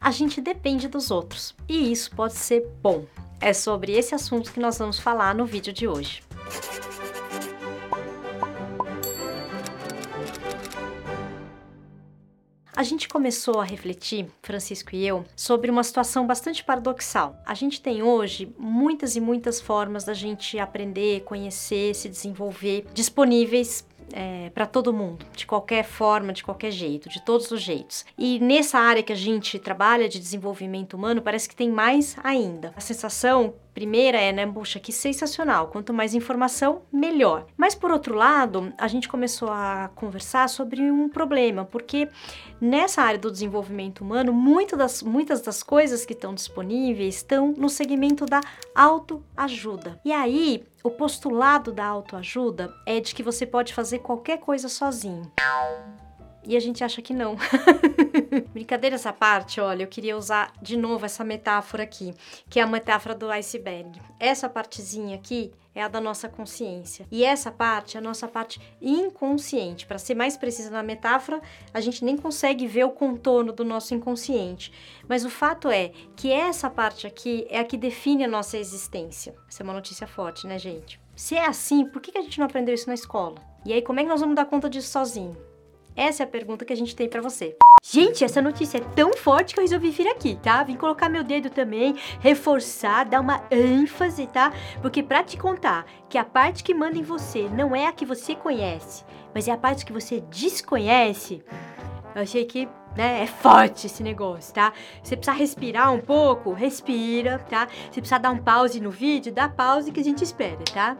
a gente depende dos outros. E isso pode ser bom. É sobre esse assunto que nós vamos falar no vídeo de hoje. A gente começou a refletir, Francisco e eu, sobre uma situação bastante paradoxal. A gente tem hoje muitas e muitas formas da gente aprender, conhecer, se desenvolver, disponíveis para todo mundo, de qualquer forma, de qualquer jeito, de todos os jeitos. E nessa área que a gente trabalha de desenvolvimento humano, parece que tem mais ainda. A sensação primeira é, né, puxa, que sensacional, quanto mais informação, melhor. Mas por outro lado, a gente começou a conversar sobre um problema, porque nessa área do desenvolvimento humano, muitas das coisas que estão disponíveis estão no segmento da autoajuda. E aí, o postulado da autoajuda é de que você pode fazer qualquer coisa sozinho. E a gente acha que não. Brincadeira essa parte, olha, eu queria usar de novo essa metáfora aqui, que é a metáfora do iceberg. Essa partezinha aqui é a da nossa consciência. E essa parte é a nossa parte inconsciente. Para ser mais precisa na metáfora, a gente nem consegue ver o contorno do nosso inconsciente. Mas o fato é que essa parte aqui é a que define a nossa existência. Essa é uma notícia forte, né, gente? Se é assim, por que a gente não aprendeu isso na escola? E aí, como é que nós vamos dar conta disso sozinho? Essa é a pergunta que a gente tem pra você. Gente, essa notícia é tão forte que eu resolvi vir aqui, tá? Vim colocar meu dedo também, reforçar, dar uma ênfase, tá? Porque pra te contar que a parte que manda em você não é a que você conhece, mas é a parte que você desconhece, eu achei que, né, é forte esse negócio, tá? Você precisa respirar um pouco, respira, tá? Se precisar dar um pause no vídeo, dá pause que a gente espera, tá?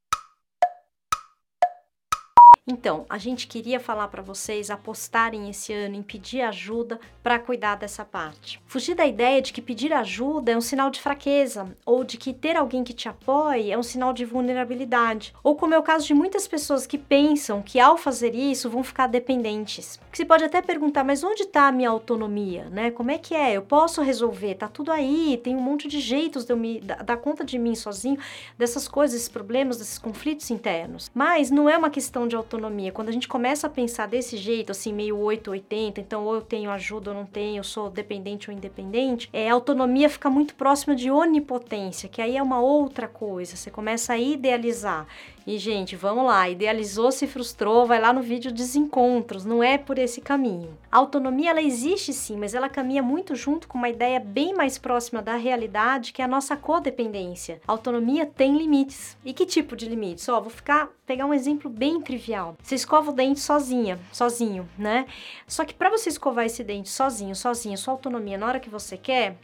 Então, a gente queria falar para vocês apostarem esse ano em pedir ajuda para cuidar dessa parte. Fugir da ideia de que pedir ajuda é um sinal de fraqueza, ou de que ter alguém que te apoie é um sinal de vulnerabilidade. Ou como é o caso de muitas pessoas que pensam que ao fazer isso vão ficar dependentes. Você pode até perguntar, mas onde está a minha autonomia, né? Como é que é? Eu posso resolver, tá tudo aí, tem um monte de jeitos de eu dar conta de mim sozinho, dessas coisas, esses problemas, desses conflitos internos. Mas não é uma questão de autonomia. Quando a gente começa a pensar desse jeito, assim, meio 880, então ou eu tenho ajuda ou não tenho, eu sou dependente ou independente, a autonomia fica muito próxima de onipotência, que aí é uma outra coisa, você começa a idealizar. E, gente, vamos lá, idealizou, se frustrou, vai lá no vídeo Desencontros, não é por esse caminho. A autonomia, ela existe sim, mas ela caminha muito junto com uma ideia bem mais próxima da realidade, que é a nossa codependência. A autonomia tem limites. E que tipo de limites? Ó, vou pegar um exemplo bem trivial. Você escova o dente sozinho, né? Só que para você escovar esse dente sozinha, sua autonomia, na hora que você quer,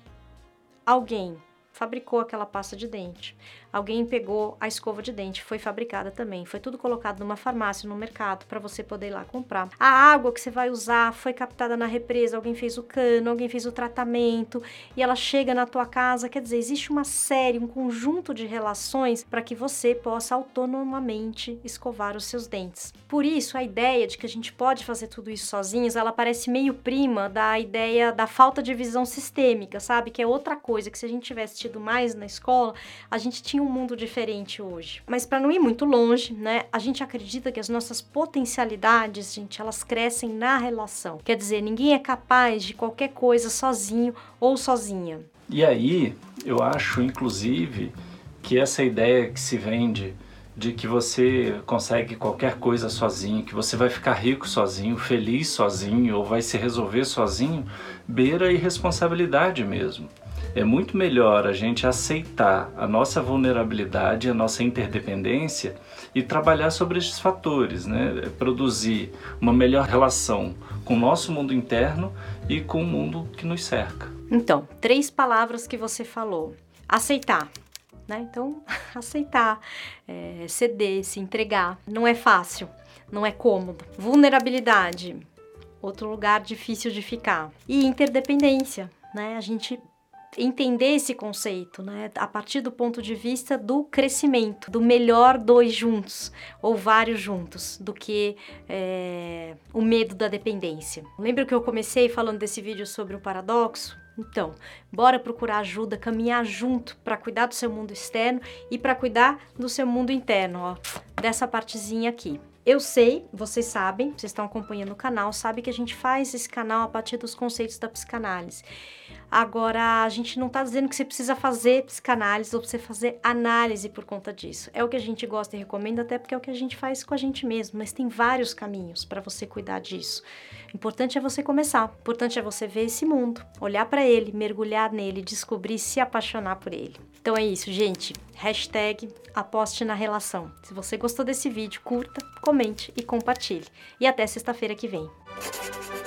alguém fabricou aquela pasta de dente. Alguém pegou a escova de dente, foi fabricada também. Foi tudo colocado numa farmácia, no mercado, para você poder ir lá comprar. A água que você vai usar foi captada na represa, alguém fez o cano, alguém fez o tratamento, e ela chega na tua casa. Quer dizer, existe uma série, um conjunto de relações para que você possa autonomamente escovar os seus dentes. Por isso, a ideia de que a gente pode fazer tudo isso sozinhos, ela parece meio prima da ideia da falta de visão sistêmica, sabe? Que é outra coisa, que se a gente tivesse tido mais na escola, a gente tinha um mundo diferente hoje. Mas para não ir muito longe, né, a gente acredita que as nossas potencialidades, gente, elas crescem na relação. Quer dizer, ninguém é capaz de qualquer coisa sozinho ou sozinha. E aí, eu acho, inclusive, que essa ideia que se vende de que você consegue qualquer coisa sozinho, que você vai ficar rico sozinho, feliz sozinho, ou vai se resolver sozinho, beira a irresponsabilidade mesmo. É muito melhor a gente aceitar a nossa vulnerabilidade, a nossa interdependência e trabalhar sobre esses fatores, né? Produzir uma melhor relação com o nosso mundo interno e com o mundo que nos cerca. Então, 3 palavras que você falou. Aceitar, né? Então, aceitar, ceder, se entregar. Não é fácil, não é cômodo. Vulnerabilidade, outro lugar difícil de ficar. E interdependência, né? A gente entender esse conceito, né, a partir do ponto de vista do crescimento, do melhor 2 juntos ou vários juntos, do que o medo da dependência. Lembra que eu comecei falando desse vídeo sobre o paradoxo? Então, bora procurar ajuda, caminhar junto para cuidar do seu mundo externo e para cuidar do seu mundo interno, ó, dessa partezinha aqui. Eu sei, vocês sabem, vocês estão acompanhando o canal, sabem que a gente faz esse canal a partir dos conceitos da psicanálise. Agora, a gente não tá dizendo que você precisa fazer psicanálise ou você fazer análise por conta disso. É o que a gente gosta e recomenda, até porque é o que a gente faz com a gente mesmo, mas tem vários caminhos para você cuidar disso. O importante é você começar, o importante é você ver esse mundo, olhar para ele, mergulhar nele, descobrir, se apaixonar por ele. Então é isso, gente. Hashtag aposte na relação. Se você gostou desse vídeo, curta, comente e compartilhe. E até sexta-feira que vem.